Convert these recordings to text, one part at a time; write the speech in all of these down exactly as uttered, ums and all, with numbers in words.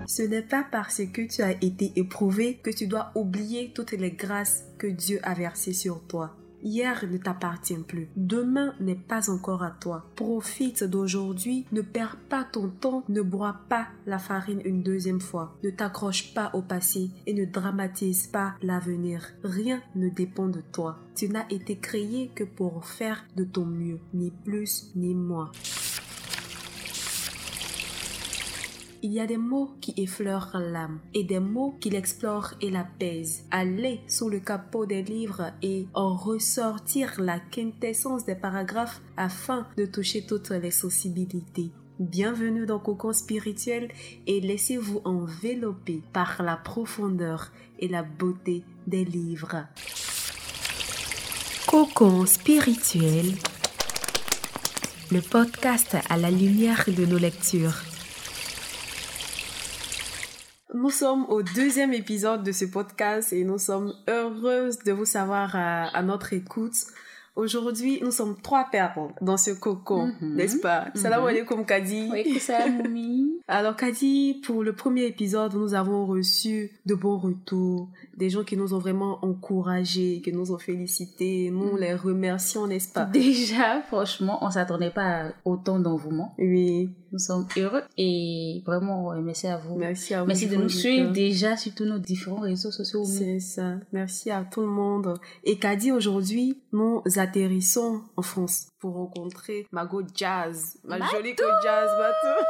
Ce n'est pas parce que tu as été éprouvé que tu dois oublier toutes les grâces que Dieu a versées sur toi. Hier ne t'appartient plus. Demain n'est pas encore à toi. Profite d'aujourd'hui. Ne perds pas ton temps. Ne broie pas la farine une deuxième fois. Ne t'accroche pas au passé et ne dramatise pas l'avenir. Rien ne dépend de toi. Tu n'as été créé que pour faire de ton mieux. Ni plus ni moins. Il y a des mots qui effleurent l'âme et des mots qui l'explorent et l'apaisent. Aller sous le capot des livres et en ressortir la quintessence des paragraphes afin de toucher toutes les sensibilités. Bienvenue dans Cocon Spirituel et laissez-vous envelopper par la profondeur et la beauté des livres. Cocon Spirituel, le podcast à la lumière de nos lectures. Nous sommes au deuxième épisode de ce podcast et nous sommes heureuses de vous savoir à, à notre écoute. Aujourd'hui, nous sommes trois personnes dans ce cocon, mm-hmm. n'est-ce pas? Mm-hmm. Salam alaikum Kadi. Oui, salam Moumi. Alors Kadi, pour le premier épisode, nous avons reçu de bons retours, des gens qui nous ont vraiment encouragés, qui nous ont félicités. Nous mm. les remercions, n'est-ce pas? Déjà, franchement, on s'attendait pas à autant d'engouement. Oui. Nous sommes heureux et vraiment, merci à vous. Merci à vous. Merci de nous suivre déjà sur tous nos différents réseaux sociaux. C'est ça. Merci à tout le monde. Et Kadi, aujourd'hui, nous atterrissons en France pour rencontrer Mago Jazz. Ma Matou. jolie co Jazz, Matou.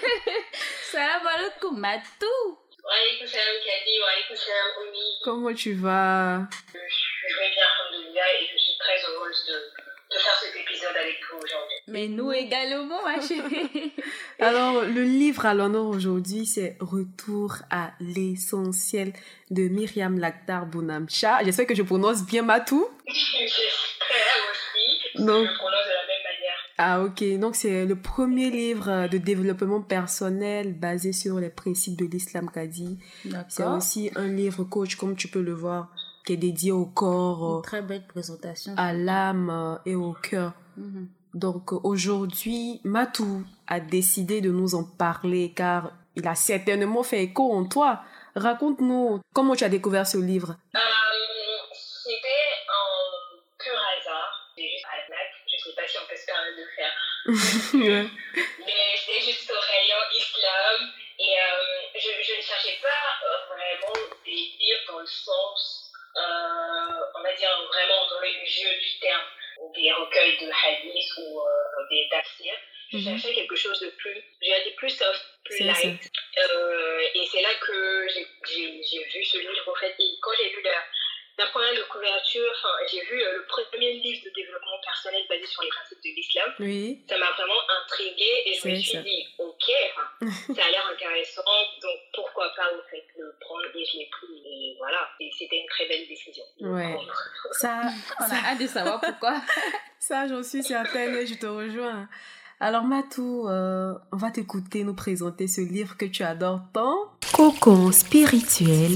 Salam alaikum, Matou. Wa alaikum salam Kadi, wa alaikum salam Oumi. Comment tu vas? Je, je vais bien, alhamdoulilah, et je suis très heureuse de, de faire cet épisode avec vous aujourd'hui. Mais nous également, ma chérie. Alors, le livre à l'honneur aujourd'hui, c'est Retour à l'essentiel de Myriam Lakhdar Bounamcha. J'espère que je prononce bien Matou. J'espère aussi. Donc, je prononce de la même manière. Ah ok, donc c'est le premier livre de développement personnel basé sur les principes de l'islam Kadi. D'accord. C'est aussi un livre coach, comme tu peux le voir, qui est dédié au corps, une très belle présentation, à l'âme et au cœur. Mm-hmm. Donc aujourd'hui, Matou a décidé de nous en parler car il a certainement fait écho en toi. Raconte-nous comment tu as découvert ce livre. Euh, c'était en pur hasard. C'était juste à la Fnac. Je ne sais pas si on peut se permettre de faire. Ouais. Mais c'était juste au rayon islam. Et euh, je, je ne cherchais pas euh, vraiment des livres dans le sens, euh, on va dire vraiment religieux du terme. Des recueils de hadith ou euh, des tafsirs. Je mm-hmm. cherchais quelque chose de plus, j'ai dit plus soft, plus c'est light. Euh, et c'est là que j'ai, j'ai, j'ai vu ce livre, en fait. Et quand j'ai vu la, la première de couverture, enfin, j'ai vu euh, le premier livre de développement personnel basé sur les principes de l'islam. Oui. Ça m'a vraiment intriguée et je c'est me suis ça. dit, ok, ça a l'air intéressant, donc pourquoi pas en fait le prendre, et je l'ai pris et voilà. Et c'était une très belle décision. Ouais. Ça, on ça... a hâte de savoir pourquoi. Ça, j'en suis certaine et je te rejoins. Alors Matou, euh, on va t'écouter nous présenter ce livre que tu adores tant. Cocon Spirituel,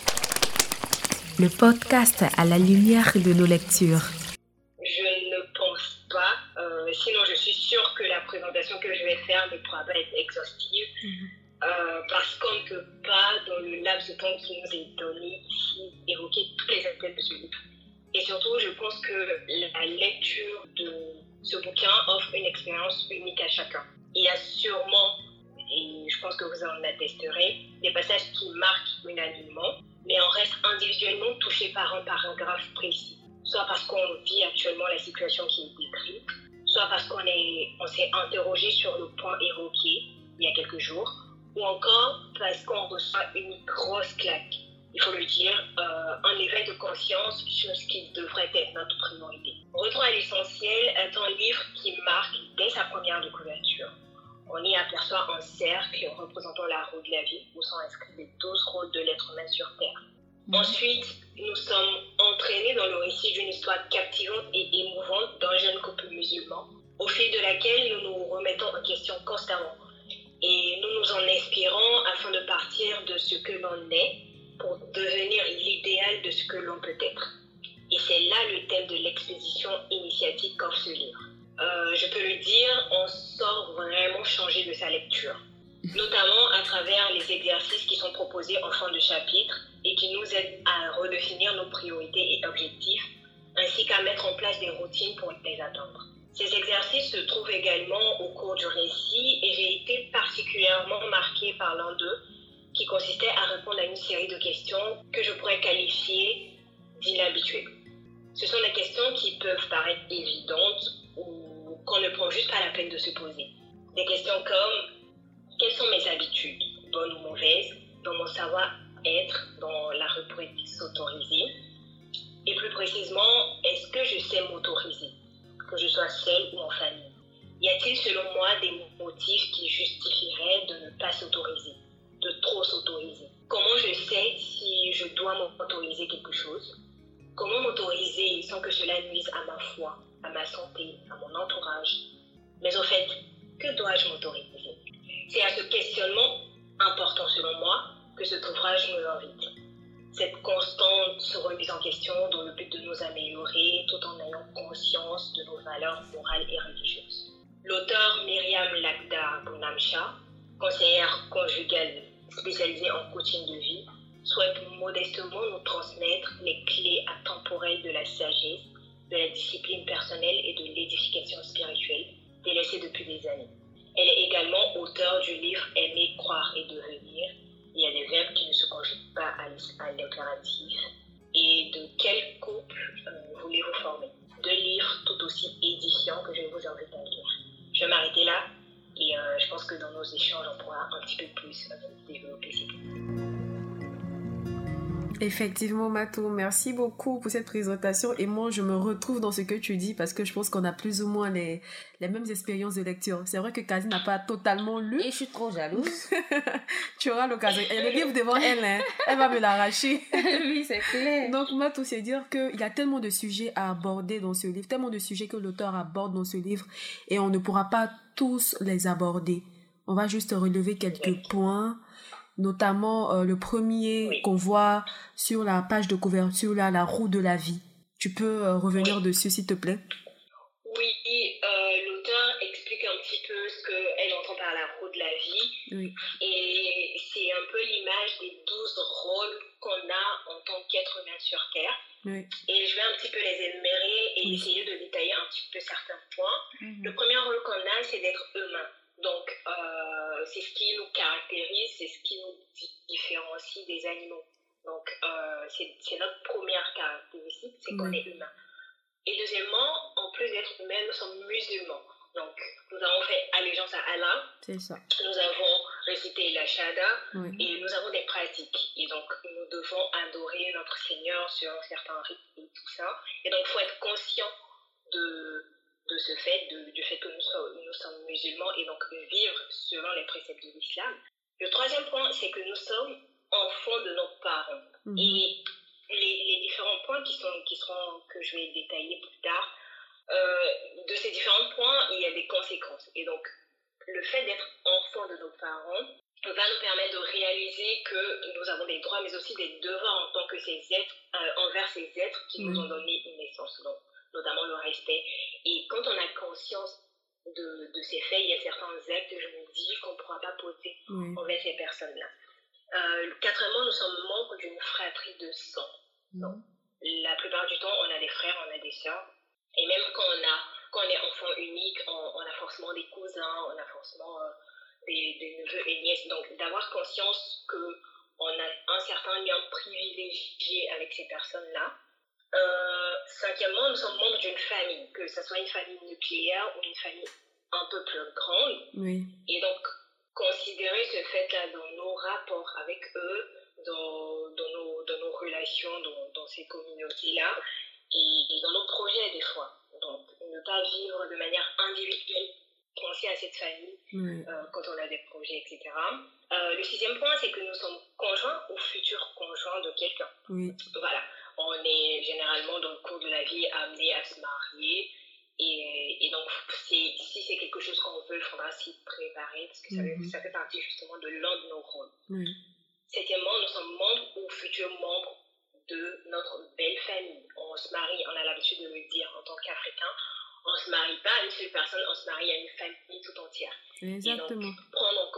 le podcast à la lumière de nos lectures. Je ne pense pas, euh, sinon je suis sûre que la présentation que je vais faire ne pourra pas être exhaustive, mm-hmm. euh, parce qu'on ne peut pas, dans le laps de temps qui nous est donné ici, évoquer tous les aspects de ce livre. Et surtout, je pense que la lecture de ce bouquin offre une expérience unique à chacun. Il y a sûrement, et je pense que vous en attesterez, des passages qui marquent unanimement, mais on reste individuellement touché par un paragraphe précis. Soit parce qu'on vit actuellement la situation qui est décrite, soit parce qu'on est, on s'est interrogé sur le point évoqué il y a quelques jours, ou encore parce qu'on reçoit une grosse claque. Il faut le dire, euh, un éveil de conscience sur ce qui devrait être notre priorité. Retour à l'essentiel est un livre qui marque dès sa première de couverture. On y aperçoit un cercle représentant la roue de la vie où sont inscrits les douze rôles de l'être humain sur Terre. Mmh. Ensuite, nous sommes entraînés dans le récit d'une histoire captivante et émouvante d'un jeune couple musulman, au fil de laquelle nous nous remettons en question constamment. Et nous nous en inspirons afin de partir de ce que l'on est pour devenir l'idéal de ce que l'on peut être. Et c'est là le thème de l'exposition initiatique qu'offre ce livre. Euh, je peux le dire, on sort vraiment changé de sa lecture. notamment à travers les exercices qui sont proposés en fin de chapitre et qui nous aident à redéfinir nos priorités et objectifs, ainsi qu'à mettre en place des routines pour les atteindre. Ces exercices se trouvent également au cours du récit et j'ai été particulièrement marquée par l'un d'eux qui consistait à répondre à une série de questions que je pourrais qualifier d'inhabituelles. Ce sont des questions qui peuvent paraître évidentes ou qu'on ne prend juste pas la peine de se poser. Des questions comme « Quelles sont mes habitudes, bonnes ou mauvaises, dans mon savoir-être, dans la rubrique s'autoriser ?» Et plus précisément, est-ce que je sais m'autoriser, que je sois seule ou en famille? Y a-t-il selon moi des motifs qui justifieraient de ne pas s'autoriser, de trop s'autoriser? Comment je sais si je dois m'autoriser quelque chose? Comment m'autoriser sans que cela nuise à ma foi, à ma santé, à mon entourage? Mais au fait, que dois-je m'autoriser? C'est à ce questionnement important selon moi que cet ouvrage nous invite. Cette constante remise en question dans le but de nous améliorer tout en ayant conscience de nos valeurs morales et religieuses. L'auteur Myriam Lakhdar Bounamcha, conseillère conjugale spécialisée en coaching de vie, souhaite modestement nous transmettre les clés intemporelles de la sagesse, de la discipline personnelle et de l'édification spirituelle délaissée depuis des années. Elle est également auteure du livre « Aimer, croire et devenir ». Il y a des verbes qui ne se conjuguent pas à l'impératif. Et de quel couple euh, voulez-vous former? Deux livres tout aussi édifiants que je vous invite à lire. Je vais m'arrêter là et euh, je pense que dans nos échanges, on pourra un petit peu plus euh, développer ces points. Effectivement, Matou, merci beaucoup pour cette présentation et moi je me retrouve dans ce que tu dis parce que je pense qu'on a plus ou moins les, les mêmes expériences de lecture. C'est vrai que Kazi n'a pas totalement lu. Et je suis trop jalouse. Tu auras l'occasion. Il y a le livre devant elle, hein. Elle va me l'arracher. Oui, c'est clair. Donc Matou, c'est dire qu'il y a tellement de sujets à aborder dans ce livre, tellement de sujets que l'auteur aborde dans ce livre et on ne pourra pas tous les aborder. On va juste relever quelques points. Notamment euh, le premier oui. qu'on voit sur la page de couverture, là, la roue de la vie. Tu peux euh, revenir oui. dessus, s'il te plaît? Oui, euh, l'auteur explique un petit peu ce qu'elle entend par la roue de la vie. Oui. Et c'est un peu l'image des douze rôles qu'on a en tant qu'être humain sur Terre. Oui. Et je vais un petit peu les énumérer et oui. essayer de détailler un petit peu certains points. Mm-hmm. Le premier rôle qu'on a, c'est d'être humain. Donc, euh, c'est ce qui nous caractérise, c'est ce qui nous différencie des animaux. Donc, euh, c'est, c'est notre première caractéristique, c'est mmh. qu'on est humain. Et deuxièmement, en plus d'être humain, nous sommes musulmans. Donc, nous avons fait allégeance à Allah. C'est ça. Nous avons récité la Shahada oui. et nous avons des pratiques. Et donc, nous devons adorer notre Seigneur sur un certain rythme et tout ça. Et donc, il faut être conscient de... de ce fait, de, du fait que nous sommes, nous sommes musulmans et donc vivre selon les préceptes de l'islam. Le troisième point, c'est que nous sommes enfants de nos parents. Mmh. Et les, les différents points qui, sont, qui seront, que je vais détailler plus tard, euh, de ces différents points, il y a des conséquences. Et donc, le fait d'être enfant de nos parents va nous permettre de réaliser que nous avons des droits, mais aussi des devoirs en tant que ces êtres, euh, envers ces êtres qui mmh. nous ont donné une naissance. Donc, notamment le respect. Et quand on a conscience de, de ces faits, il y a certains actes, je me dis, qu'on ne pourra pas poser oui. envers ces personnes-là. Euh, quatrièmement, nous sommes membres d'une fratrie de sang. Mmh. Donc, la plupart du temps, on a des frères, on a des sœurs. Et même quand on, a, quand on est enfant unique, on, on a forcément des cousins, on a forcément euh, des, des neveux et nièces. Donc, d'avoir conscience qu'on a un certain lien privilégié avec ces personnes-là. Euh, cinquièmement, nous sommes membres d'une famille, que ce soit une famille nucléaire ou une famille un peu plus grande. Oui. Et donc, considérer ce fait-là dans nos rapports avec eux, dans, dans, nos, dans nos relations, dans, dans ces communautés-là, et, et dans nos projets des fois. Donc, ne pas vivre de manière individuelle, penser à cette famille oui. euh, quand on a des projets, et cetera. Euh, le sixième point, c'est que nous sommes conjoints ou futurs conjoints de quelqu'un. Oui. Voilà. On est généralement dans le cours de la vie amené à se marier et, et donc c'est, si c'est quelque chose qu'on veut, il faudra s'y préparer parce que ça, mm-hmm. ça fait partie justement de l'un de nos rôles. Mm. Septièmement, nous sommes membres ou futurs membres de notre belle famille. On se marie, on a l'habitude de le dire en tant qu'Africain, on ne se marie pas à une seule personne, on se marie à une famille tout entière. Exactement. Et donc, prendre en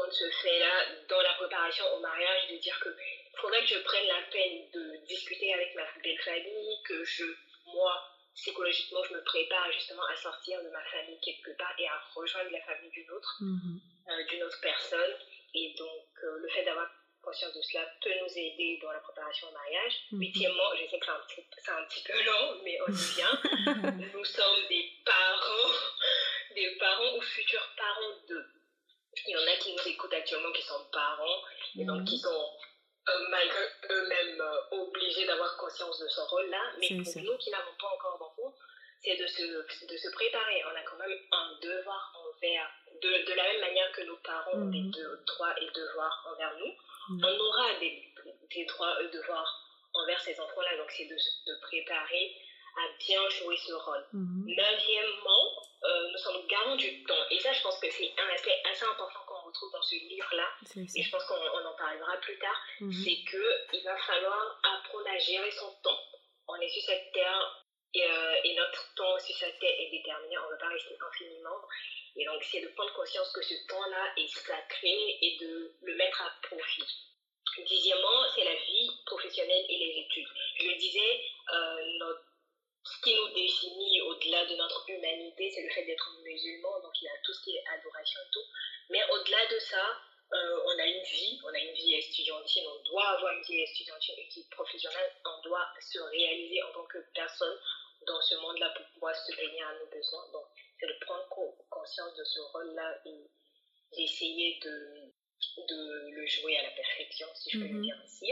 prendre ce fait-là dans la préparation au mariage, de dire que faudrait que je prenne la peine de discuter avec ma belle famille, que je, moi, psychologiquement, je me prépare justement à sortir de ma famille quelque part et à rejoindre la famille d'une autre, Mhm. euh, d'une autre personne. Et donc, euh, le fait d'avoir conscience de cela peut nous aider dans la préparation au mariage. Mhm. Huitièmement, je sais que c'est un petit, c'est un petit peu long, mais on y vient. Nous sommes des parents, des parents ou futurs parents de. Il y en a qui nous écoutent actuellement qui sont parents et donc qui sont euh, malgré eux-mêmes euh, obligés d'avoir conscience de ce rôle-là. Mais C'est pour ça. nous qui n'avons pas encore d'enfants, c'est de se, de se préparer. On a quand même un devoir envers, de, de la même manière que nos parents ont Mhm. des de- droits et devoirs envers nous, Mhm. on aura des, des droits et devoirs envers ces enfants-là. Donc c'est de se préparer à bien jouer ce rôle. Mhm. Neuvièmement, euh, nous sommes garants du temps. Et ça, je pense que c'est un aspect assez important qu'on retrouve dans ce livre-là. C'est ça. Et je pense qu'on on en parlera plus tard. Mhm. C'est qu'il va falloir apprendre à gérer son temps. On est sur cette terre et, euh, et notre temps sur cette terre est déterminé. On ne va pas rester infiniment. Et donc, c'est de prendre conscience que ce temps-là est sacré et de le mettre à profit. Dixièmement, c'est la vie professionnelle et les études. Je le disais, euh, notre ce qui nous définit au-delà de notre humanité, c'est le fait d'être musulman, donc il y a tout ce qui est adoration et tout. Mais au-delà de ça, euh, on a une vie, on a une vie estudiantine, on doit avoir une vie estudiantine, une vie professionnelle, on doit se réaliser en tant que personne dans ce monde-là pour pouvoir se baigner à nos besoins. Donc c'est de prendre conscience de ce rôle-là et d'essayer de, de le jouer à la perfection, si je peux Mhm. le dire ainsi.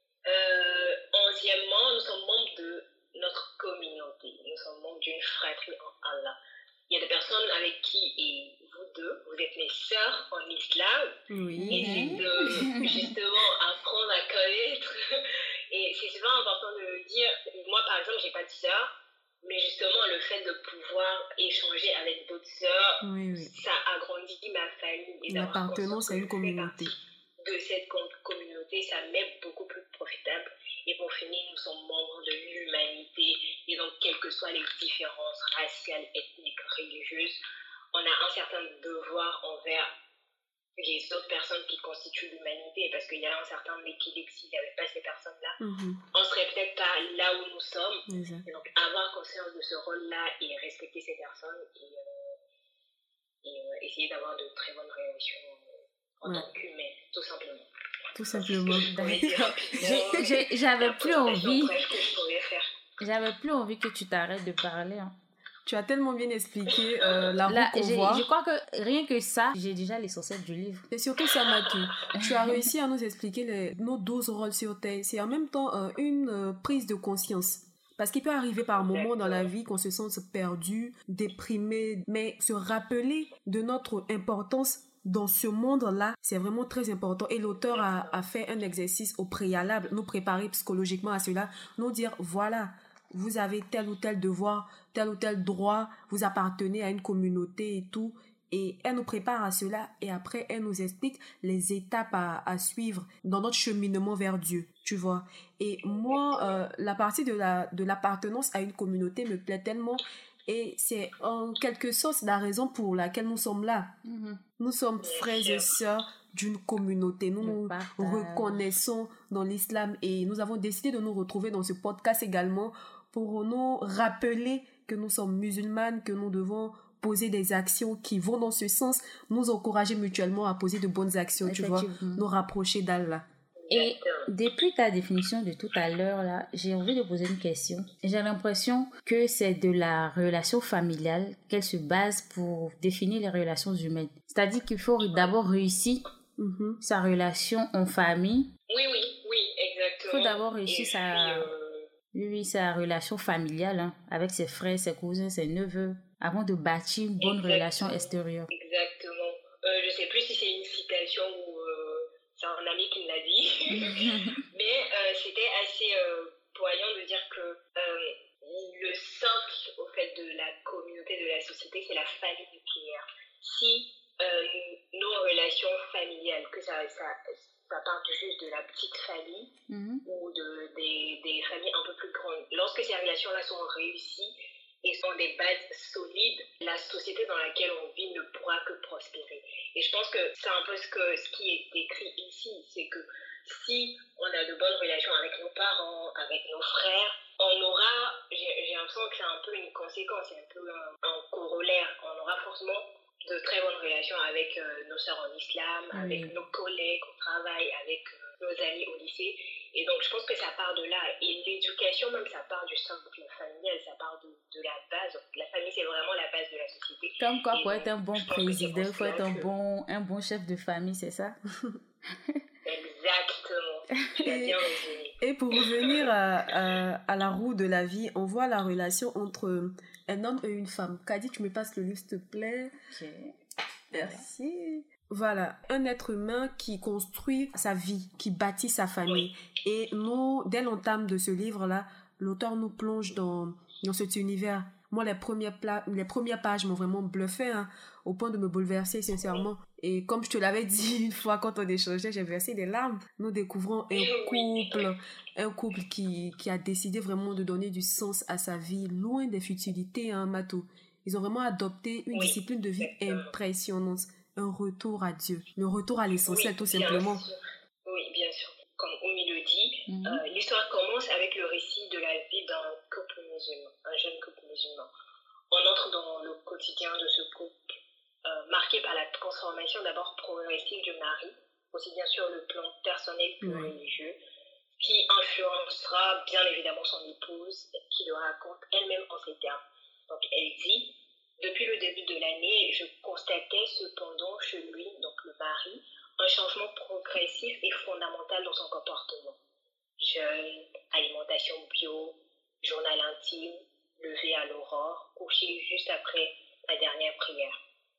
Euh, onzièmement, nous sommes membres de notre communauté. Nous sommes membres d'une fratrie en Allah. Il y a des personnes avec qui, et vous deux, vous êtes mes sœurs en islam. Oui. Et c'est de justement apprendre à connaître. Et c'est super important de le dire. Moi, par exemple, j'ai pas de sœurs. Mais justement, le fait de pouvoir échanger avec d'autres sœurs, Oui, oui. ça agrandit ma famille. Et d'avoir L'appartenance conscience à que une je fais communauté. partie de cette com- communauté, ça m'est beaucoup plus profitable. Et pour finir, nous sommes membres de l'humanité. Et donc, quelles que soient les différences raciales, ethniques, religieuses, on a un certain devoir envers les autres personnes qui constituent l'humanité. Parce qu'il y a un certain équilibre. S'il n'y avait pas ces personnes-là, Mhm. on serait peut-être pas là où nous sommes. Exact. Et donc, avoir conscience de ce rôle-là et respecter ces personnes et, euh, et euh, essayer d'avoir de très bonnes relations euh, en Ouais. tant qu'humain, tout simplement. Tout simplement. J'ai- j'ai- J'avais plus envie. Bref, que je pourrais faire. J'avais plus envie que tu t'arrêtes de parler. Hein. Tu as tellement bien expliqué euh, la Là, roue qu'on j'ai- voit. je crois que rien que ça, j'ai déjà l'essentiel du livre. C'est surtout ça, Matou. Tu as réussi à nous expliquer les, nos douze rôles sur Terre. C'est en même temps euh, une euh, prise de conscience. Parce qu'il peut arriver par moments dans la vie qu'on se sente perdu, déprimé, mais se rappeler de notre importance dans ce monde-là, c'est vraiment très important. Et l'auteur a, a fait un exercice au préalable, nous préparer psychologiquement à cela, nous dire, voilà, vous avez tel ou tel devoir, tel ou tel droit, vous appartenez à une communauté et tout. Et elle nous prépare à cela et après elle nous explique les étapes à, à suivre dans notre cheminement vers Dieu, tu vois. Et moi, euh, la partie de la de l'appartenance à une communauté me plaît tellement et c'est en quelque sorte la raison pour laquelle nous sommes là. Mm-hmm. Nous sommes frères et sœurs d'une communauté. Nous Le nous partage. reconnaissons dans l'islam et nous avons décidé de nous retrouver dans ce podcast également pour nous rappeler que nous sommes musulmanes, que nous devons poser des actions qui vont dans ce sens, nous encourager mutuellement à poser de bonnes actions, tu vois, nous rapprocher d'Allah. Et depuis ta définition de tout à l'heure, là, j'ai envie de poser une question. J'ai l'impression que c'est de la relation familiale qu'elle se base pour définir les relations humaines. C'est-à-dire qu'il faut d'abord réussir mm-hmm. sa relation en famille. Oui, oui, oui, exactement. Il faut d'abord réussir Et sa... puis, euh... oui, oui, sa relation familiale hein, avec ses frères, ses cousins, ses neveux, avant de bâtir une bonne Exactement. relation extérieure. Exactement. Euh, je sais plus si c'est une citation ou euh, c'est un ami qui me l'a dit, mais euh, c'était assez euh, poignant de dire que euh, le socle au fait de la communauté, de la société, c'est la famille nucléaire. Si euh, nos relations familiales, que ça, ça, ça part juste de la petite famille mm-hmm. ou de, des, des familles un peu plus grandes, lorsque ces relations-là sont réussies, et sans des bases solides, la société dans laquelle on vit ne pourra que prospérer. Et je pense que c'est un peu ce, que, ce qui est écrit ici, c'est que si on a de bonnes relations avec nos parents, avec nos frères, on aura, j'ai, j'ai l'impression que c'est un peu une conséquence, c'est un peu un, un corollaire, on aura forcément de très bonnes relations avec euh, nos sœurs en islam, oui. avec nos collègues au travail, avec euh, nos amis au lycée. Et donc, je pense que ça part de là. Et l'éducation, même, ça part du socle familial, ça part de, de la base. La famille, c'est vraiment la base de la société. Comme quoi, et pour donc, être un bon président, il faut être un, que... bon, un bon chef de famille, c'est ça? Exactement. Tu as bien résumé. Et pour revenir à, à, à la roue de la vie, on voit la relation entre un homme et une femme. Kadi, tu me passes le livre, s'il te plaît. Ok. Merci. Voilà, un être humain qui construit sa vie, qui bâtit sa famille. Oui. Et nous, dès l'entame de ce livre-là, l'auteur nous plonge dans, dans cet univers. Moi, les premières, pla- les premières pages m'ont vraiment bluffé, hein, au point de me bouleverser, sincèrement. Et comme je te l'avais dit une fois quand on échangeait, j'ai versé des larmes. Nous découvrons un couple, un couple qui, qui a décidé vraiment de donner du sens à sa vie, loin des futilités, hein, Mato. Ils ont vraiment adopté une oui, discipline de vie exactement. impressionnante. Un retour à Dieu, le retour à l'essentiel, oui, tout simplement. Sûr. Oui, bien sûr. Comme Oumi le dit, mm-hmm. euh, l'histoire commence avec le récit de la vie d'un couple musulman, un jeune couple musulman. On entre dans le quotidien de ce couple, euh, marqué par la transformation d'abord progressive du mari, aussi bien sur le plan personnel que oui. religieux, qui influencera bien évidemment son épouse, qui le raconte elle-même en ces termes. Donc elle dit: depuis le début de l'année, je constatais cependant chez lui, donc le mari, un changement progressif et fondamental dans son comportement. Jeûne, alimentation bio, journal intime, lever à l'aurore, coucher juste après la dernière prière.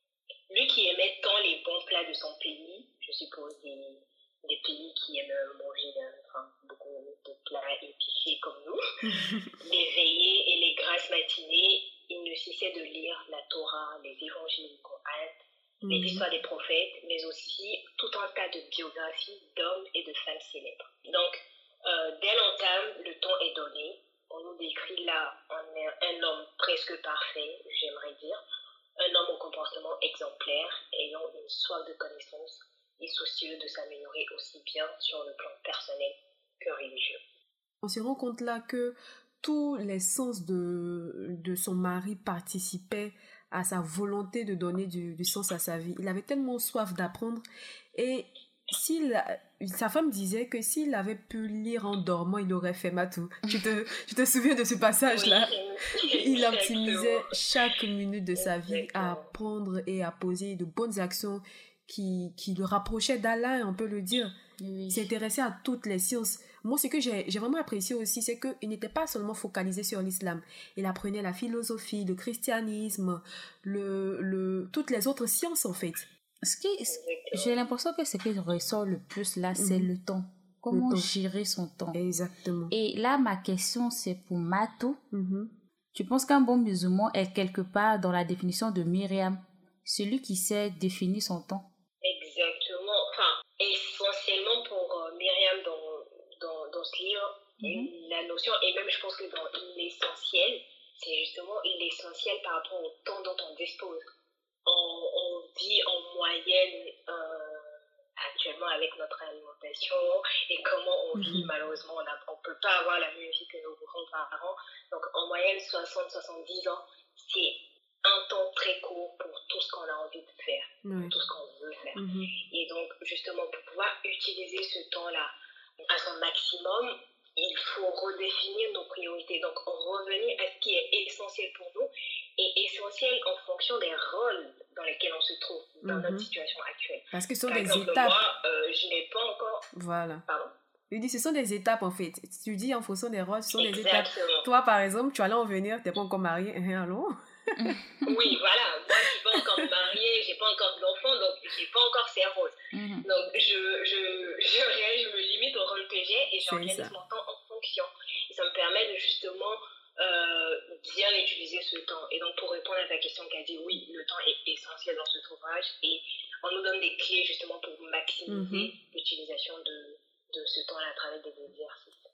Lui qui aimait tant les bons plats de son pays, je suppose des, des pays qui aiment manger enfin, beaucoup de plats épicés comme nous, les veillées et les grasses matinées, il ne cessait de lire la Torah, les évangiles, le Coran, mm-hmm. les histoires des prophètes, mais aussi tout un tas de biographies d'hommes et de femmes célèbres. Donc, euh, dès l'entame, le ton est donné. On nous décrit là un, un homme presque parfait, j'aimerais dire, un homme au comportement exemplaire, ayant une soif de connaissance et soucieux de s'améliorer aussi bien sur le plan personnel que religieux. On se rend compte là que tous les sens de, de son mari participaient à sa volonté de donner du, du sens à sa vie. Il avait tellement soif d'apprendre. Et s'il, sa femme disait que s'il avait pu lire en dormant, il aurait fait Matou. Tu te, tu te souviens de ce passage-là? Oui, il optimisait chaque minute de sa vie à apprendre et à poser de bonnes actions qui, qui le rapprochaient d'Allah, on peut le dire. Oui. Il s'intéressait à toutes les sciences. Moi, ce que j'ai, j'ai vraiment apprécié aussi, c'est qu'il n'était pas seulement focalisé sur l'islam. Il apprenait la philosophie, le christianisme, le, le, toutes les autres sciences, en fait. Ce qui, j'ai l'impression que ce qui ressort le plus là, c'est mm-hmm. le temps. Comment le temps. Gérer son temps. Exactement. Et là, ma question, c'est pour Matou. Mm-hmm. Tu penses qu'un bon musulman est quelque part dans la définition de Myriam, celui qui sait définir son temps? Exactement. Enfin, essentiellement pour euh, Myriam dans, dans, dans ce livre, mm-hmm. la notion, et même je pense que dans l'essentiel, c'est justement l'essentiel par rapport au temps dont on dispose. On, on vit en moyenne euh, actuellement avec notre alimentation et comment on vit. Mm-hmm. Malheureusement, on ne peut pas avoir la même vie que nos grands-parents. Donc en moyenne, soixante à soixante-dix ans, c'est un temps très court pour tout ce qu'on a envie de faire, oui. pour tout ce qu'on veut faire. Mm-hmm. Et donc justement, pour pouvoir utiliser ce temps-là à son maximum, il faut redéfinir nos priorités. Donc revenir à ce qui est essentiel pour nous et essentiel en fonction des rôles dans lesquels on se trouve dans mm-hmm. notre situation actuelle. Parce que ce sont Par des exemple, étapes. Moi, euh, je n'ai pas encore... Voilà. Pardon? Je dis, ce sont des étapes en fait. Tu dis en fonction des rôles, ce sont Exactement. des étapes. Toi, par exemple, tu allais en venir, tu n'es pas encore mariée. Hein, allons? Oui, voilà. Moi, je ne suis pas encore mariée, je n'ai pas encore d'enfant, donc je n'ai pas encore ces rôles. Mm-hmm. Donc, je, je, je, je me limite au rôle que j'ai et j'organise mon temps en fonction. Et ça me permet de justement euh, bien utiliser ce temps. Et donc, pour répondre à ta question, qu'a dit, oui, le temps est essentiel dans cet ouvrage et on nous donne des clés justement pour maximiser mm-hmm. l'utilisation de, de ce temps-là à travers des exercices.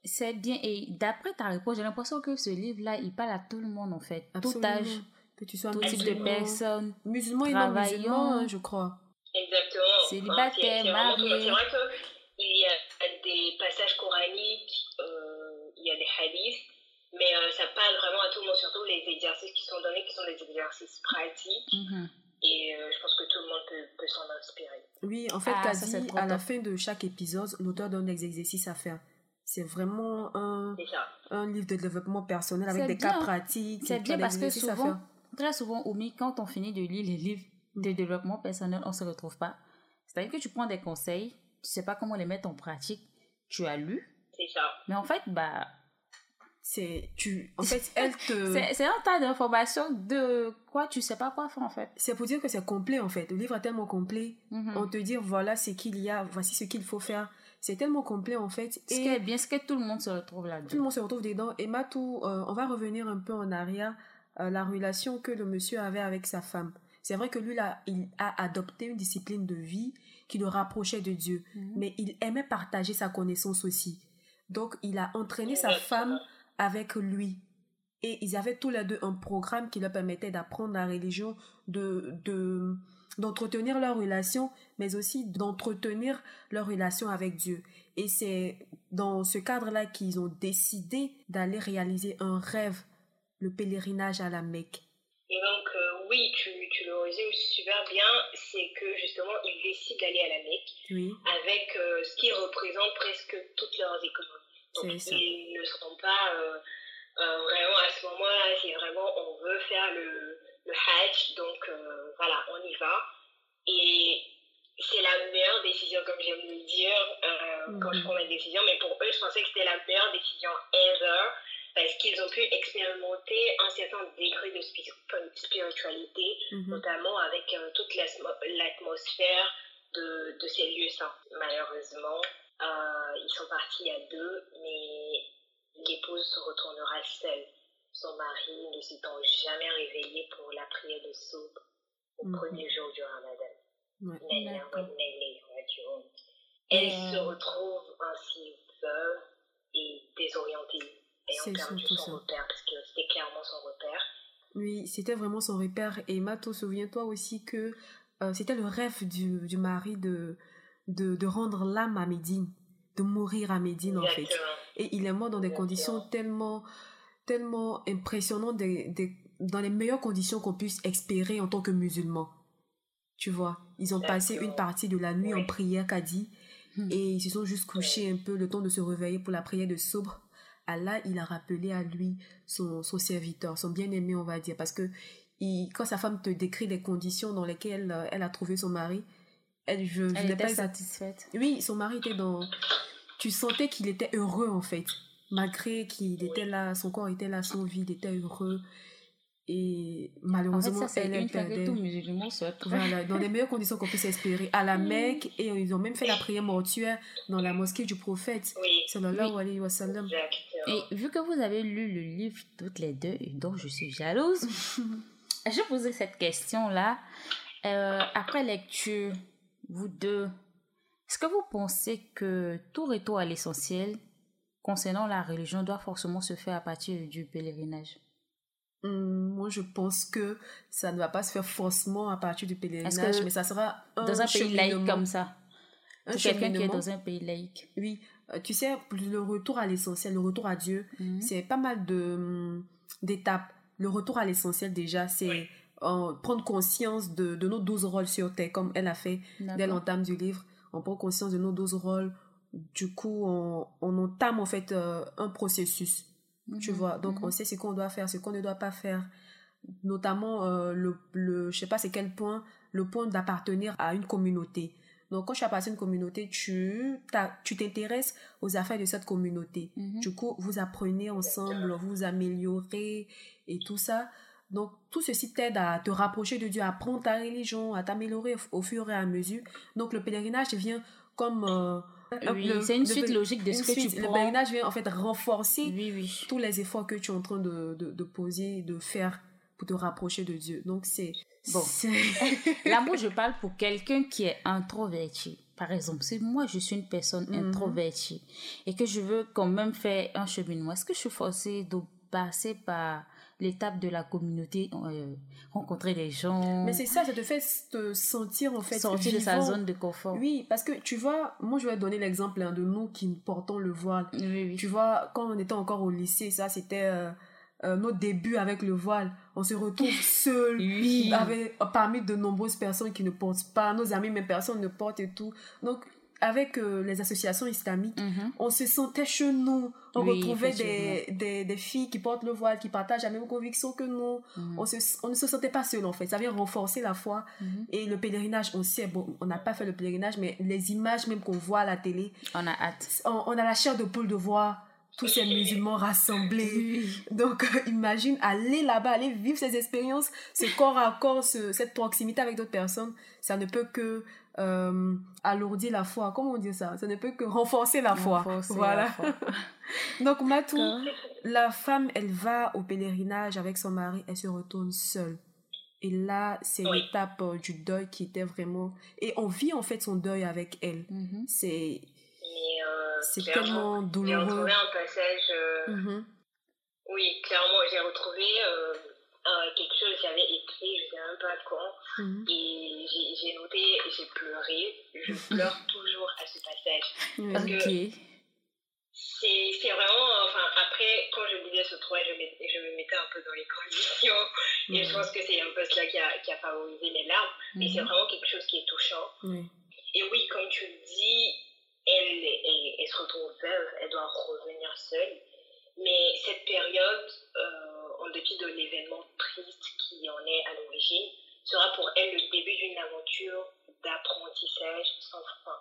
C'est bien. Et d'après ta réponse, j'ai l'impression que ce livre-là, il parle à tout le monde, en fait. Absolument. Tout âge, que tu sois tout type de personnes. Musulman et non musulman, hein, je crois. Exactement. Célibataire, enfin, marié. C'est vrai qu'il y a des passages coraniques, euh, il y a des hadiths, mais euh, ça parle vraiment à tout le monde, surtout les exercices qui sont donnés, qui sont des exercices pratiques. Mm-hmm. Et euh, je pense que tout le monde peut, peut s'en inspirer. Oui, en fait, ah, Kadi, ça, à la fin de chaque épisode, l'auteur donne des exercices à faire. C'est vraiment un, un livre de développement personnel avec c'est des bien. cas pratiques. C'est bien parce que souvent, très souvent, Oumi, quand on finit de lire les livres de développement personnel, on ne se retrouve pas. C'est-à-dire que tu prends des conseils, tu ne sais pas comment les mettre en pratique, tu as lu. C'est ça. Mais en fait, bah... C'est, tu, en fait, elle te... c'est, c'est un tas d'informations de quoi tu ne sais pas quoi faire, en fait. C'est pour dire que c'est complet, en fait. Le livre est tellement complet. Mm-hmm. On te dit, voilà ce qu'il y a, voici ce qu'il faut faire. C'est tellement complet, en fait. Ce qui est bien, c'est que tout le monde se retrouve là-dedans. Tout le monde se retrouve dedans. Et Matou, euh, on va revenir un peu en arrière, euh, la relation que le monsieur avait avec sa femme. C'est vrai que lui, là, il a adopté une discipline de vie qui le rapprochait de Dieu. Mm-hmm. Mais il aimait partager sa connaissance aussi. Donc, il a entraîné sa femme avec lui. Et ils avaient tous les deux un programme qui leur permettait d'apprendre la religion, de, de, d'entretenir leur relation, mais aussi d'entretenir leur relation avec Dieu. Et c'est dans ce cadre-là qu'ils ont décidé d'aller réaliser un rêve, le pèlerinage à la Mecque. Et donc, euh, oui, tu, tu le résumes super bien, c'est que justement, ils décident d'aller à la Mecque oui. avec euh, ce qui représente presque toutes leurs économies. Donc, c'est ça. Ils ne seront pas euh, euh, vraiment à ce moment-là, c'est vraiment on veut faire le, le Hajj, donc euh, voilà, on y va. Et c'est la meilleure décision, comme j'aime le dire, euh, mm-hmm. quand je prends ma décision, mais pour eux, je pensais que c'était la meilleure décision ever, parce qu'ils ont pu expérimenter un certain degré de spiritualité, mm-hmm. notamment avec euh, toute l'atmosphère de, de ces lieux saints. Malheureusement, euh, ils sont partis à deux, mais l'épouse se retournera seule. Son mari ne s'étant jamais réveillé pour la prière de Soub au mm-hmm. premier jour du Ramadan. Ouais. Elle euh... se retrouve ainsi veuve et désorientée, ayant perdu son ça. repère, parce que c'était clairement son repère. Oui, c'était vraiment son repère. Et Mato, souviens-toi aussi que euh, c'était le rêve du, du mari de, de, de rendre l'âme à Médine, de mourir à Médine. Exactement. En fait. Et il est mort dans des Exactement. conditions tellement, tellement impressionnantes, des, des, dans les meilleures conditions qu'on puisse espérer en tant que musulman. Tu vois, ils ont Exactement. passé une partie de la nuit oui. en prière, Kadi, hmm. et ils se sont juste couchés un peu le temps de se réveiller pour la prière de Sobre. Allah, il a rappelé à lui son, son serviteur, son bien-aimé, on va dire, parce que il, quand sa femme te décrit les conditions dans lesquelles euh, elle a trouvé son mari, elle, je, elle je était pas satisfaite. Oui, son mari était dans... Tu sentais qu'il était heureux, en fait. Malgré qu'il était là, son corps était là, son vie, il était heureux. Et malheureusement, en fait, ça, elle, elle perdait. Tout musulman soit voilà, dans les meilleures conditions qu'on puisse espérer. À la Mecque, et ils ont même fait la prière mortuaire dans la mosquée du prophète. Oui. Sallallahu oui. alayhi wa sallam. Et vu que vous avez lu le livre toutes les deux, et donc je suis jalouse, je posais cette question-là. Euh, après lecture, vous deux, est-ce que vous pensez que tout retour à l'essentiel concernant la religion doit forcément se faire à partir du pèlerinage? Hum, moi, je pense que ça ne va pas se faire forcément à partir du pèlerinage, que mais ça sera un dans un pays laïque comme ça. Un pour quelqu'un qui est dans un pays laïque. Oui, euh, tu sais, le retour à l'essentiel, le retour à Dieu, mm-hmm. c'est pas mal de, d'étapes. Le retour à l'essentiel, déjà, c'est oui. euh, prendre conscience de, de nos douze rôles sur Terre, comme elle a fait D'accord. dès l'entame du livre. On prend conscience de nos douze rôles. Du coup, on, on entame en fait euh, un processus. Mm-hmm. Tu vois, donc mm-hmm. on sait ce qu'on doit faire, ce qu'on ne doit pas faire. Notamment, euh, le, le, je sais pas c'est quel point, le point d'appartenir à une communauté. Donc, quand tu appartiens à une communauté, tu, tu t'intéresses aux affaires de cette communauté. Mm-hmm. Du coup, vous apprenez ensemble, vous vous améliorez et tout ça. Donc, tout ceci t'aide à te rapprocher de Dieu, à apprendre ta religion, à t'améliorer au, au fur et à mesure. Donc, le pèlerinage vient comme... Euh, oui, le, c'est une suite logique de ce que suite, tu prends. Le pèlerinage vient en fait renforcer oui, oui. tous les efforts que tu es en train de, de, de poser, de faire pour te rapprocher de Dieu. Donc, c'est... Bon, c'est... l'amour, je parle pour quelqu'un qui est introverti. Par exemple, si moi, je suis une personne Mhm. introvertie et que je veux quand même faire un cheminement, est-ce que je suis forcée de passer par l'étape de la communauté, euh, rencontrer des gens, Mais c'est ça, ça te fait te sentir en fait sortir de sa vivant. zone de confort? Oui, parce que tu vois, moi je vais donner l'exemple hein, de nous qui portons le voile. Oui, oui. Tu vois, quand on était encore au lycée, ça c'était euh, euh, nos débuts avec le voile. On se retrouve seul, Oui. avec, parmi de nombreuses personnes qui ne portent pas, nos amis, même personne ne portent et tout. Donc, avec euh, les associations islamiques, Mhm. on se sentait chez nous. On Oui, retrouvait effectivement. des, des, des filles qui portent le voile, qui partagent la même conviction que nous. Mhm. On, se, on ne se sentait pas seul en fait. Ça vient renforcer la foi. Mhm. Et le pèlerinage, on sait, bon, on n'a pas fait le pèlerinage, mais les images même qu'on voit à la télé, On a hâte. on, on a la chair de poule de voir tous ces musulmans rassemblés. Oui. Donc, euh, imagine aller là-bas, aller vivre ces expériences, ce corps à corps, ce- cette proximité avec d'autres personnes. Ça ne peut que euh, alourdir la foi. Comment on dit ça? Ça ne peut que renforcer la foi. Renforcer Voilà. la foi. Donc, Matou, D'accord. la femme, elle va au pèlerinage avec son mari, elle se retourne seule. Et là, c'est Oui. l'étape euh, du deuil qui était vraiment... Et on vit en fait son deuil avec elle. Mhm. C'est, Mais euh, c'est clairement, tellement j'ai douloureux. retrouvé un passage. euh, Mhm. Oui, clairement, j'ai retrouvé euh, un- quelque chose que j'avais écrit, je sais même pas quand, Mhm. et j'ai j'ai noté, et j'ai pleuré. Je pleure toujours à ce passage. Oui. Parce que Ok. c'est c'est vraiment, enfin, après, quand je lisais ce droit, je, met- je me mettais un peu dans les conditions, et je Mhm. pense que c'est un peu cela qui a, qui a favorisé mes larmes, mais c'est Mhm. vraiment quelque chose qui est touchant. Oui. Et oui, comme tu le dis, elle, elle, elle se retrouve veuve, elle doit revenir seule. Mais cette période, euh, en dépit de l'événement triste qui en est à l'origine, sera pour elle le début d'une aventure d'apprentissage sans fin.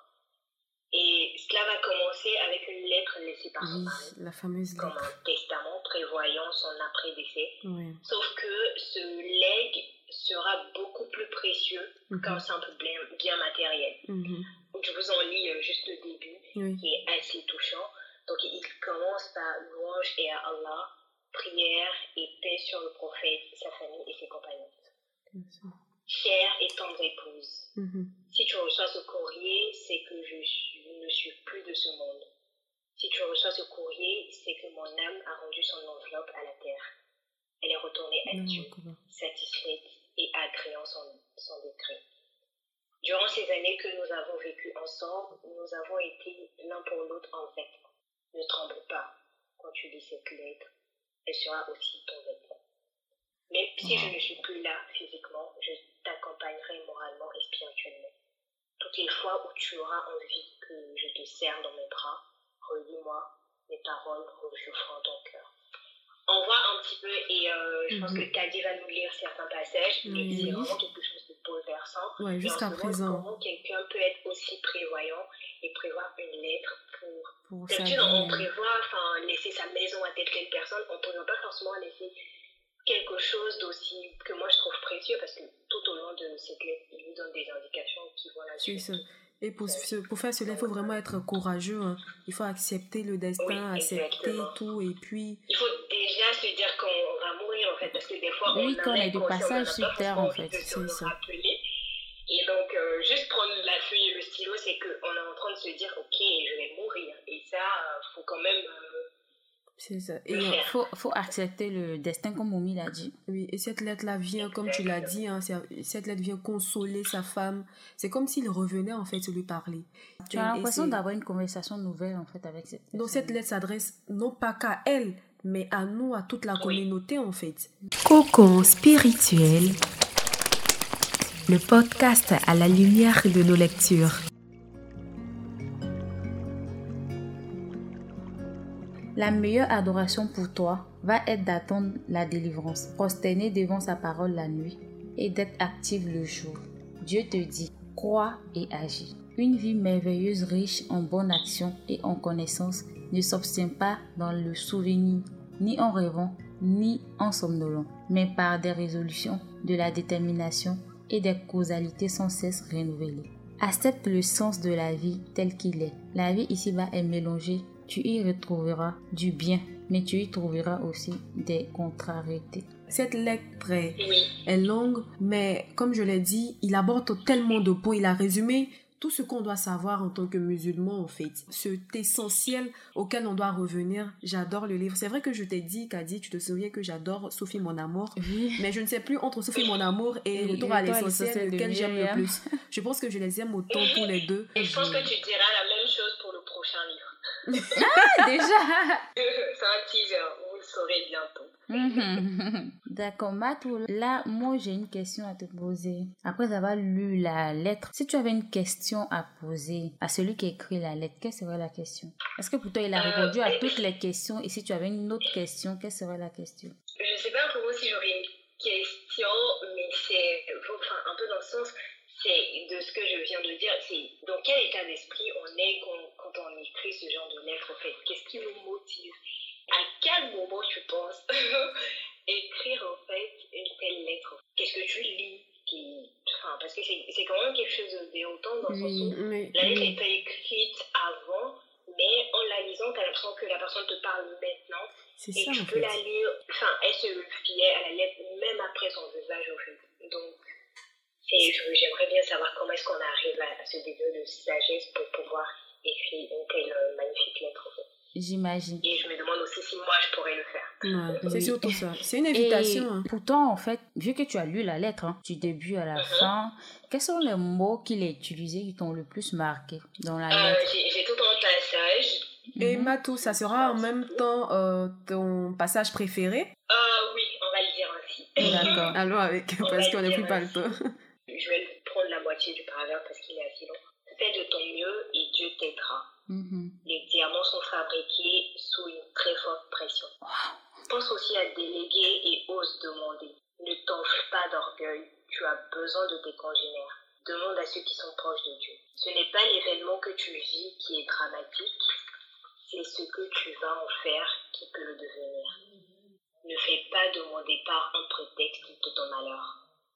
Et cela va commencer avec une lettre laissée par son Oui, mari, la fameuse comme lettre. un testament prévoyant son après-décès. Oui. Sauf que ce legs sera beaucoup plus précieux Mhm. qu'un simple bien, bien matériel. Mhm. Je vous en lis euh, juste le début, Oui. qui est assez touchant. Donc il commence par louange et à Allah, prière et paix sur le prophète, sa famille et ses compagnons. Comme ça. Chère et tendre épouse, Mhm. si tu reçois ce courrier, c'est que je suis- ne suis plus de ce monde. Si tu reçois ce courrier, c'est que mon âme a rendu son enveloppe à la terre. Elle est retournée à Non, Dieu, comment? satisfaite et agréant son, son décret. Durant ces années que nous avons vécues ensemble, nous avons été l'un pour l'autre en vêtements. Ne tremble pas quand tu lis cette lettre, elle sera aussi ton vêtement. Même si je ne suis plus là physiquement, je t'accompagnerai moralement et spirituellement. Toutes les fois où tu auras envie que je te serre dans mes bras, relis-moi mes paroles réchauffant ton cœur. On voit un petit peu, et euh, je pense Mhm. que Kadi va nous lire certains passages, mais Oui. c'est vraiment quelque chose de bouleversant. Ouais, Et on jusqu'à se demande présent. comment quelqu'un peut être aussi prévoyant et prévoir une lettre pour... Pour sa D'habitude, on vie-même. prévoit, enfin, laisser sa maison à telle telle personne, on ne prévoit pas forcément laisser quelque chose d'aussi, que moi je trouve précieux, parce que tout au long de cette lettre, il nous donne des indications qui vont C'est là-dessus. ça. Et pour, ce- pour faire cela, il faut vraiment être courageux. Hein. Il faut accepter le destin, Oui, accepter exactement. tout. Et puis, Il faut déjà se dire qu'on va mourir, en fait, parce que des fois, Oui, on qu'on en est est de conscient, mais on passage n'a sur pas terre, forcément en envie fait. de se C'est le ça. rappeler. Et donc, euh, juste prendre la feuille et le stylo, c'est qu'on est en train de se dire, ok, je vais mourir. Et ça, il faut quand même euh, c'est ça. Et, le euh, faire. Faut, faut accepter le destin, comme Moumi l'a dit. oui, et cette lettre-là vient, comme tu l'as dit, hein, c'est- cette lettre vient consoler sa femme. C'est comme s'il revenait en fait lui parler. Tu Et- as et l'impression c'est- d'avoir une conversation nouvelle, en fait, avec cette personne. Donc cette lettre s'adresse non pas qu'à elle, mais à nous, à toute la Oui. communauté en fait. Cocon spirituel, le podcast à la lumière de nos lectures. La meilleure adoration pour toi va être d'attendre la délivrance, prosterner devant sa parole la nuit et d'être active le jour. Dieu te dit, crois et agis. Une vie merveilleuse riche en bonnes actions et en connaissances ne s'obtient pas dans le souvenir, ni en rêvant, ni en somnolant, mais par des résolutions, de la détermination et des causalités sans cesse renouvelées. Accepte le sens de la vie tel qu'il est. La vie ici-bas est mélangée. Tu y retrouveras du bien mais tu y trouveras aussi des contrariétés. Cette lettre est, Oui. est longue, mais comme je l'ai dit, il aborde tellement de points. Il a résumé tout ce qu'on doit savoir en tant que musulman, en fait. C'est essentiel auquel on doit revenir. J'adore le livre. C'est vrai que je t'ai dit, Kadi, tu te souviens que j'adore Sophie Mon Amour, Oui. mais je ne sais plus entre Sophie Mon Amour et Et Retour à Retour à l'essentiel, l'essentiel de lequel j'aime le Myriam. plus. Je pense que je les aime autant tous les deux. Et je pense que tu diras la même chose pour le prochain livre. Ah, déjà. C'est un teaser, vous le saurez bientôt. Mhm. D'accord, Matou, là, moi, j'ai une question à te poser. Après avoir lu la lettre, si tu avais une question à poser à celui qui a écrit la lettre, quelle serait la question? Est-ce que pour toi, il a Euh, répondu à toutes les questions? Et si tu avais une autre question, quelle serait la question? Je sais pas pour vous si j'aurais une question, mais c'est enfin, un peu dans le sens, c'est de ce que je viens de dire, c'est dans quel état d'esprit on est quand, quand on écrit ce genre de lettre, en fait. Qu'est-ce qui vous motive? À quel moment tu penses écrire, en fait, une telle lettre? Qu'est-ce que tu lis qui... enfin, parce que c'est, c'est quand même quelque chose de déroutant dans le sens où Oui, la lettre oui. n'est pas écrite avant, mais en la lisant, tu as l'impression que la personne te parle maintenant. C'est Et ça, tu en peux fait. la lire, enfin, elle se fiait à la lettre même après son visage, au fait. Donc, c'est, je- j'aimerais bien savoir comment est-ce qu'on arrive à, à ce degré de sagesse pour pouvoir écrire une telle euh, magnifique lettre, en fait. J'imagine. Et je me demande aussi si moi je pourrais le faire. Ouais, c'est Oui. surtout ça. C'est une Et invitation. hein. pourtant, en fait, vu que tu as lu la lettre, hein, du début à la Mhm. fin, quels sont les mots qu'il a utilisés qui t'ont le plus marqué dans la Euh, lettre? j'ai, j'ai tout un passage. Et Mhm. Matou, ça sera en même temps euh, ton passage préféré? Ah oui, on va le dire ainsi. D'accord. Allons avec, On parce va qu'on le n'a dire plus pas le ainsi. temps. Je vais prendre la moitié du paragraphe parce qu'il est assez long. Fais de ton mieux et Dieu t'aidera. Mhm. Les diamants sont fabriqués sous une très forte pression. Pense aussi à déléguer et ose demander. Ne t'enfle pas d'orgueil, tu as besoin de tes congénères. Demande à ceux qui sont proches de Dieu. Ce n'est pas l'événement que tu vis qui est dramatique, c'est ce que tu vas en faire qui peut le devenir. Ne fais pas de mon départ un prétexte de ton malheur.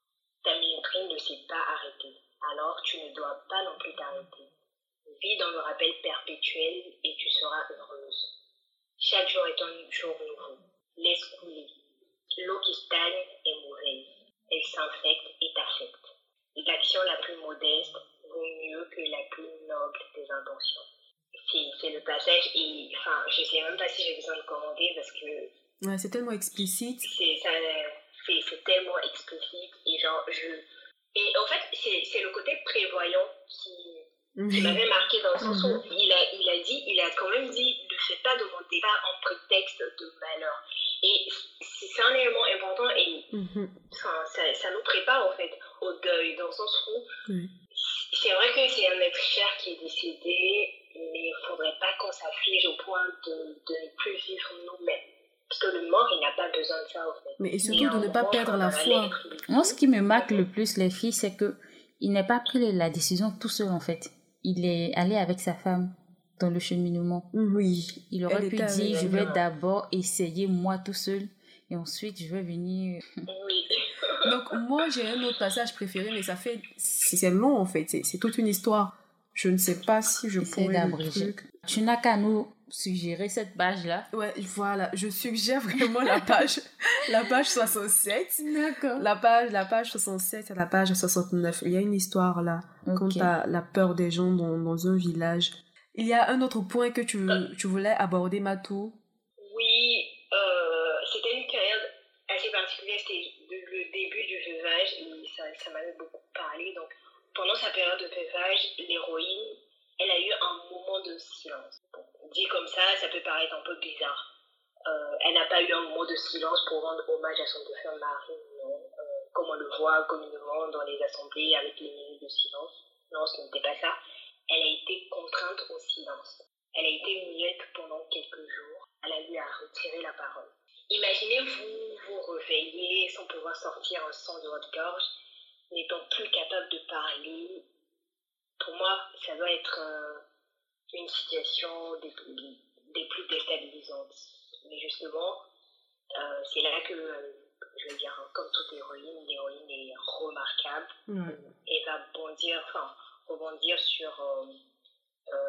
Ta minerie ne s'est pas arrêtée, alors tu ne dois pas non plus t'arrêter. Vis dans le rappel perpétuel et tu seras heureuse. Chaque jour est un jour nouveau. Laisse couler. L'eau qui stagne est mauvaise. Elle s'infecte et t'affecte. L'action la plus modeste vaut mieux que la plus noble des intentions. C'est, c'est le passage et enfin, je sais même pas si j'ai besoin de commenter parce que Ouais, c'est tellement explicite. c'est, ça, c'est, c'est tellement explicite et genre je... Et en fait, c'est, c'est le côté prévoyant qui... qui m'avait marqué dans le sens où il a, il a dit, il a quand même dit, ne fais pas de mon départ en prétexte de malheur. Et c'est, c'est un élément important et Mhm. enfin, ça, ça nous prépare en fait au deuil, dans le sens où Oui. c'est vrai que c'est un être cher qui est décédé, mais il ne faudrait pas qu'on s'afflige au point de, de ne plus vivre nous-mêmes. Parce que le mort, il n'a pas besoin de ça en fait. Mais et Et surtout à un de ne pas moment, perdre enfin, la dans foi. lettre, il dit- Moi, ce qui me marque le plus, les filles, c'est que il n'a pas pris la décision tout seul, en fait. Il est allé avec sa femme dans le cheminement. Oui. Il aurait Elle pu était avec dire, je vais elle. d'abord essayer moi tout seul, et ensuite, je vais venir... Oui. Donc moi j'ai un autre passage préféré, mais ça fait... C'est c'est long en fait, c'est, c'est toute une histoire. Je ne sais pas si je Essaie pourrais le d'abréger. truc. Tu n'as qu'à nous suggérer cette page-là. Ouais, voilà, je suggère vraiment la page, la page soixante-sept. D'accord. La page, la page soixante-sept à la page soixante-neuf. Il y a une histoire là, Ok. quant à la peur des gens dans, dans un village. Il y a un autre point que tu, tu voulais aborder, Matou. Oui, euh, c'était une période assez particulière, c'était le, le début du veuvage et ça, ça m'avait beaucoup parlé. Donc, pendant sa période de veuvage, l'héroïne, elle a eu un moment de silence. Bon, dit comme ça, ça peut paraître un peu bizarre. Euh, elle n'a pas eu un moment de silence pour rendre hommage à son défunt mari, non. Euh, comme on le voit communément dans les assemblées avec les minutes de silence. Non, ce n'était pas ça. Elle a été contrainte au silence. Elle a été muette pendant quelques jours. Elle a eu à retirer la parole. Imaginez-vous vous réveiller sans pouvoir sortir un son de votre gorge, n'étant plus capable de parler. Pour moi, ça doit être euh, une situation des plus, des plus déstabilisantes. Mais justement, euh, c'est là que, euh, je veux dire, comme toute héroïne, l'héroïne est remarquable Ouais. et va bondir, enfin, rebondir sur... Euh, euh,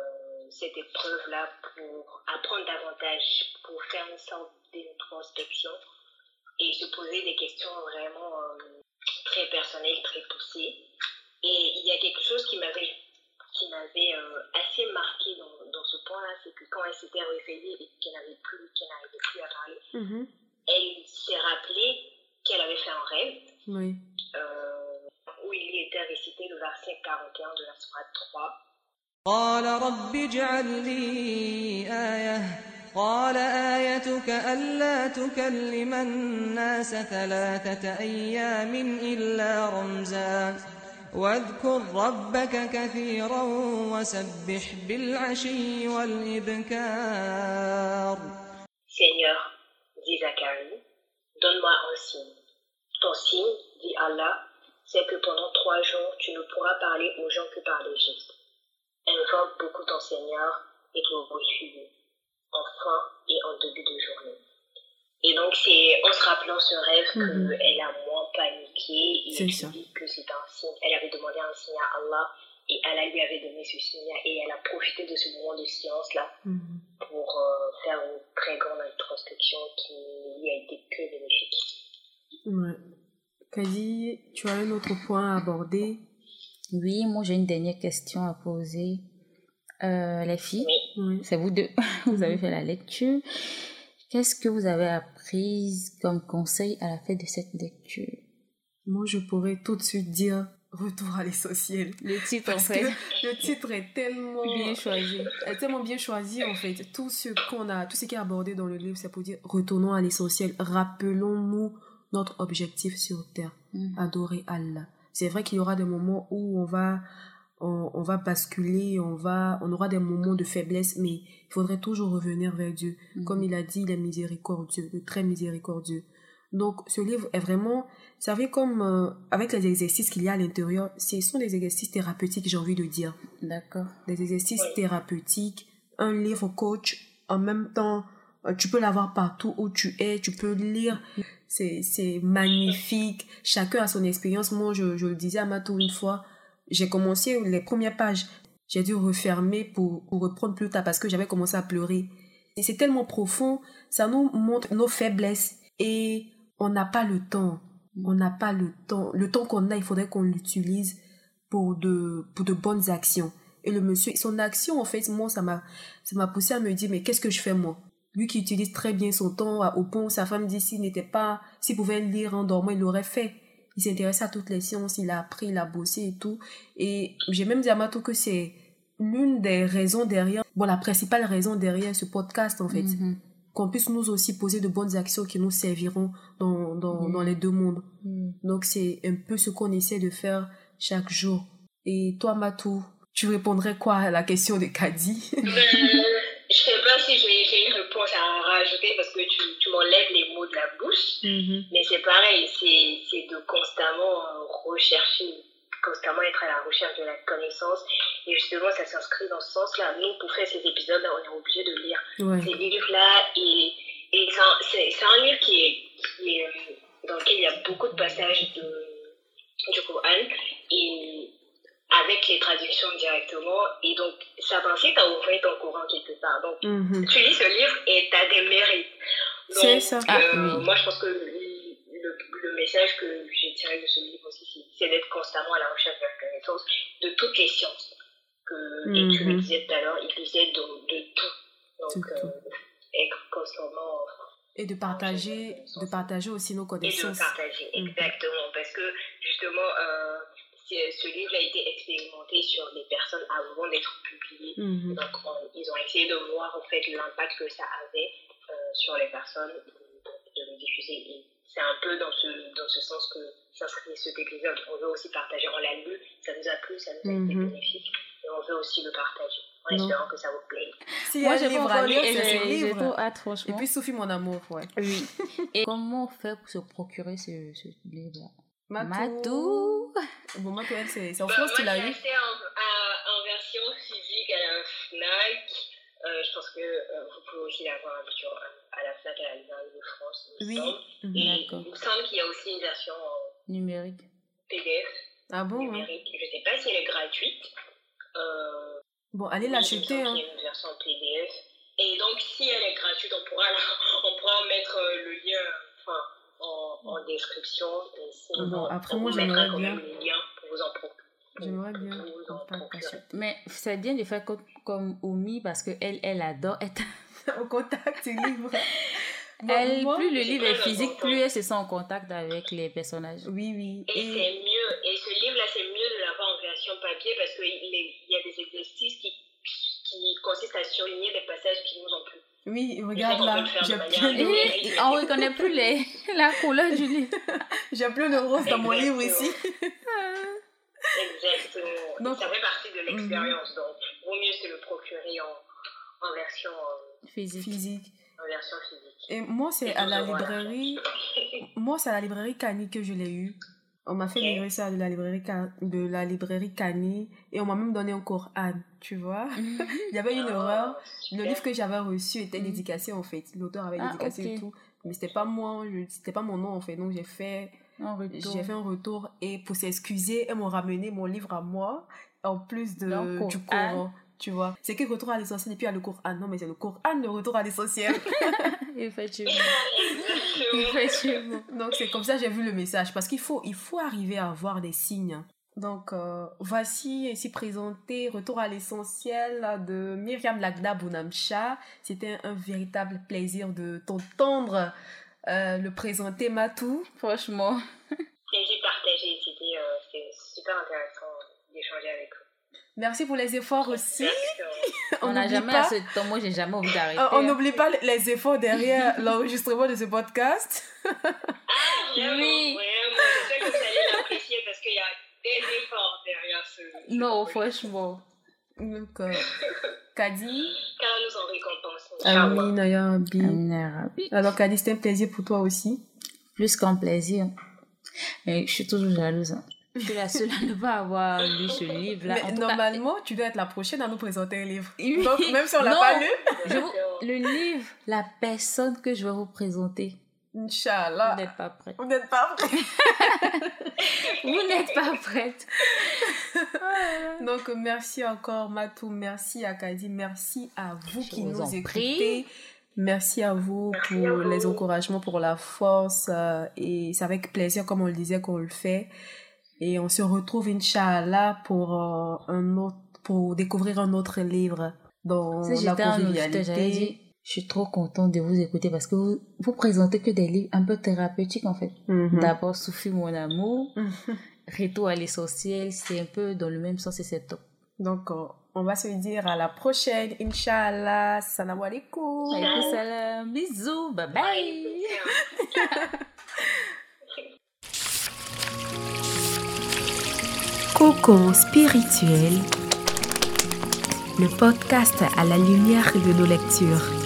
cette épreuve-là pour apprendre davantage, pour faire une sorte d'introspection et se poser des questions vraiment euh, très personnelles, très poussées. Et il y a quelque chose qui m'avait, qui m'avait euh, assez marqué dans, dans ce point-là, c'est que quand elle s'était réveillée et qu'elle n'avait plus, qu'elle n'arrivait plus à parler, mm-hmm. elle s'est rappelée qu'elle avait fait un rêve. Oui. Euh, où il était récité le verset quarante et un de la sourate trois. قال رب اجعل لي آية قال آيتك ألا تكلم الناس ثلاثة أيام إلا رمزا واذكر ربك كثيرا وسبح بالعشي والإبكار. Seigneur, dit Zacharie, donne-moi un signe. Ton signe, dit Allah, c'est que pendant trois jours, tu ne pourras parler aux gens que par les gestes. Invoque beaucoup ton Seigneur et glorifie-le, en fin et en début de journée. Et donc, c'est en se rappelant ce rêve mm-hmm. qu'elle a moins paniqué et elle s'est dit que c'était un signe. Elle avait demandé un signe à Allah et Allah lui avait donné ce signe et elle a profité de ce moment de silence-là mm-hmm. pour euh, faire une très grande introspection qui lui a été que bénéfique. Ouais. Kadi, tu as un autre point à aborder? Oui, moi j'ai une dernière question à poser. Euh, les filles, oui. C'est vous deux, vous avez fait la lecture. Qu'est-ce que vous avez appris comme conseil à la fin de cette lecture? Moi, je pourrais tout de suite dire Retour à l'essentiel. Le titre, Parce en fait. Que le titre est tellement bien choisi. Est tellement bien choisi, en fait. Tout ce qu'on a, tout ce qui est abordé dans le livre, c'est pour dire retournons à l'essentiel. Rappelons-nous notre objectif sur terre, mm. adorer Allah. C'est vrai qu'il y aura des moments où on va, on, on va basculer, on va, on aura des moments de faiblesse, mais il faudrait toujours revenir vers Dieu. Mm-hmm. Comme il a dit, il est miséricordieux, le très miséricordieux. Donc, ce livre est vraiment, vous savez, comme euh, avec les exercices qu'il y a à l'intérieur, ce sont des exercices thérapeutiques, j'ai envie de dire. D'accord. Des exercices thérapeutiques, un livre coach, en même temps, euh, tu peux l'avoir partout où tu es, tu peux lire. C'est, c'est magnifique. Chacun a son expérience. Moi, je, je le disais à Matou une fois, j'ai commencé les premières pages. J'ai dû refermer pour, pour reprendre plus tard parce que j'avais commencé à pleurer. Et c'est tellement profond. Ça nous montre nos faiblesses. Et on n'a pas le temps. On n'a pas le temps. Le temps qu'on a, il faudrait qu'on l'utilise pour de, pour de bonnes actions. Et le monsieur, son action, en fait, moi, ça m'a, ça m'a poussé à me dire, mais qu'est-ce que je fais, moi? Lui qui utilise très bien son temps au pont, sa femme dit s'il n'était pas, s'il pouvait lire en dormant, il l'aurait fait. Il s'intéressait à toutes les sciences, il a appris, il a bossé et tout. Et j'ai même dit à Mato que c'est l'une des raisons derrière, bon, la principale raison derrière ce podcast, en fait. Mm-hmm. Qu'on puisse nous aussi poser de bonnes actions qui nous serviront dans, dans, mm. dans les deux mondes. Mm. Donc, c'est un peu ce qu'on essaie de faire chaque jour. Et toi, Matou, tu répondrais quoi à la question de Kadi? Je sais pas si j'ai, j'ai une réponse à rajouter parce que tu, tu m'enlèves les mots de la bouche, mm-hmm. mais c'est pareil, c'est, c'est de constamment rechercher, constamment être à la recherche de la connaissance, et justement ça s'inscrit dans ce sens-là. Nous, pour faire ces épisodes, on est obligé de lire ouais. ces livres-là, et, et c'est, un, c'est, c'est un livre qui est, qui est, dans lequel il y a beaucoup de passages de, du Coran, et avec les traductions directement, et donc ça t'incite à ouvrir ton Coran quelque part. Donc mm-hmm. tu lis ce livre et tu as des mérites. Donc, c'est ça. Euh, Ah, oui. Moi je pense que le, le, le message que j'ai tiré de ce livre aussi, c'est, c'est d'être constamment à la recherche de la connaissance de toutes les sciences. Que, mm-hmm. Et tu le disais tout à l'heure, il disait de, de tout. Donc tout, euh, tout. Être constamment... Et de partager, de partager aussi nos connaissances. Et de partager, mm-hmm. exactement. Parce que justement... Euh, ce livre a été expérimenté sur des personnes avant d'être publié. Mm-hmm. Donc, on, ils ont essayé de voir en fait l'impact que ça avait euh, sur les personnes, de, de le diffuser. Et c'est un peu dans ce, dans ce sens que s'inscrit cet épisode. On veut aussi partager. On l'a lu, ça nous a plu, ça nous a mm-hmm. été bénéfique. Et on veut aussi le partager. En non. espérant que ça vous plaît. Si Moi, j'ai livre à lire, c'est ce livre. J'ai trop hâte, franchement. Et puis, Sophie, mon amour, ouais. Oui. Et comment on fait pour se procurer ce, ce livre-là? Matou. Matou. Bon, Matou, elle, c'est, c'est en bah, France, tu l'as eu? Moi, j'ai acheté en, en, en version physique à la Fnac. Euh, je pense que euh, vous pouvez aussi l'avoir à la Fnac, à la librairie de France. Oui. Mmh, et d'accord. Il me semble qu'il y a aussi une version en numérique. P D F. Ah bon? Numérique. Hein? Je ne sais pas si elle est gratuite. Euh, bon, allez oui, l'acheter. Hein. version P D F. Et donc, si elle est gratuite, on pourra, on pourra mettre le lien enfin, en, en description. Et sinon, bon, après, moi, on j'aimerais mettra quand bien. même les liens pour vous en procurer. J'aimerais bien qu'on parle passion. Mais c'est bien de faire comme, comme Omi parce qu'elle, elle adore être au contact du livre. Bon, elle, moi, plus le livre est très physique, important. plus elle se sent en contact avec les personnages. Oui, oui. Et, Et c'est mieux, et ce livre-là, c'est mieux de l'avoir en version papier parce qu'il y a des exercices qui, qui consistent à surligner des passages qui nous ont plu. oui, regarde là, j'ai plein de, Et on ne reconnaît plus les, la couleur du livre. j'ai plein de roses dans mon livre ici. Exactement. Donc, ça fait partie de l'expérience, donc vaut mieux se le procurer en, en version euh, Physique. Physique. en version physique. Et moi, c'est à la librairie. Moi, c'est à la librairie Cani que je l'ai eu. On m'a fait Ok. livrer ça de la librairie Ca- de la librairie Cani et on m'a même donné un Coran, tu vois. Il y avait une erreur. Le livre que j'avais reçu était dédicacé en fait. L'auteur avait Ah, dédicacé ok. et tout, mais c'était pas moi, je- c'était pas mon nom en fait. Donc j'ai fait En retour. j'ai fait un retour et pour s'excuser, elles m'ont ramené mon livre à moi en plus de Le du Coran. Coran. Tu vois, c'est que retour à l'essentiel et puis il y a le Coran. Non, mais c'est le Coran, le retour à l'essentiel. Effectivement. Exactement. Effectivement. Donc c'est comme ça que j'ai vu le message parce qu'il faut, il faut arriver à voir des signes. Donc euh, voici ici présenté Retour à l'essentiel de Myriam Lagda Bounamcha. C'était un, un véritable plaisir de t'entendre euh, le présenter, Matou. Franchement. Plaisir partagé, c'était euh, c'était super intéressant d'échanger avec vous. Merci pour les efforts aussi. Merci. On n'a n'oublie jamais pas- à ce temps. Moi, j'ai jamais envie d'arrêter. Euh, on hein. n'oublie pas les efforts derrière l'enregistrement de ce podcast. Vraiment, Oui. vraiment, je sais que vous allez l'apprécier parce qu'il y a des efforts derrière ce. ce Non, projet. franchement. Donc, euh, Kadi. Car nous en récompense. Inch'Allah. Amin, ya Rabbi. Amina Rabbi. Alors, Kadi, c'était un plaisir pour toi aussi. Plus qu'un plaisir. Et je suis toujours jalouse. hein. Je suis la seule à ne pas avoir lu ce livre-là. Mais En tout cas, normalement, tu dois être la prochaine à nous présenter un livre. Oui. Donc, même si on l'a Non. pas lu, je vous- le livre, la personne que je vais vous présenter, vous Inch'Allah, n'êtes pas prête. vous n'êtes pas prêts. Vous n'êtes pas prête. Donc, merci encore, Matou. Merci à Kadi. Merci à vous Je qui vous nous en écoutez. prie. Merci à vous Merci pour à vous. les encouragements, pour la force. euh, et c'est avec plaisir, comme on le disait, qu'on le fait. Et on se retrouve, Inch'Allah, pour, euh, un autre, pour découvrir un autre livre dans Si la j'étais un auditeur, j'allais convivialité. dire, je suis trop contente de vous écouter parce que vous, vous présentez que des livres un peu thérapeutiques en fait. Mhm. D'abord, Souffle mon amour, Retour à l'essentiel, c'est un peu dans le même sens et c'est top. Donc, euh, on va se dire à la prochaine, Inch'Allah. Salam alaikum. Alaykoum salam, bisous, bye bye. Cocon spirituel, le podcast à la lumière de nos lectures.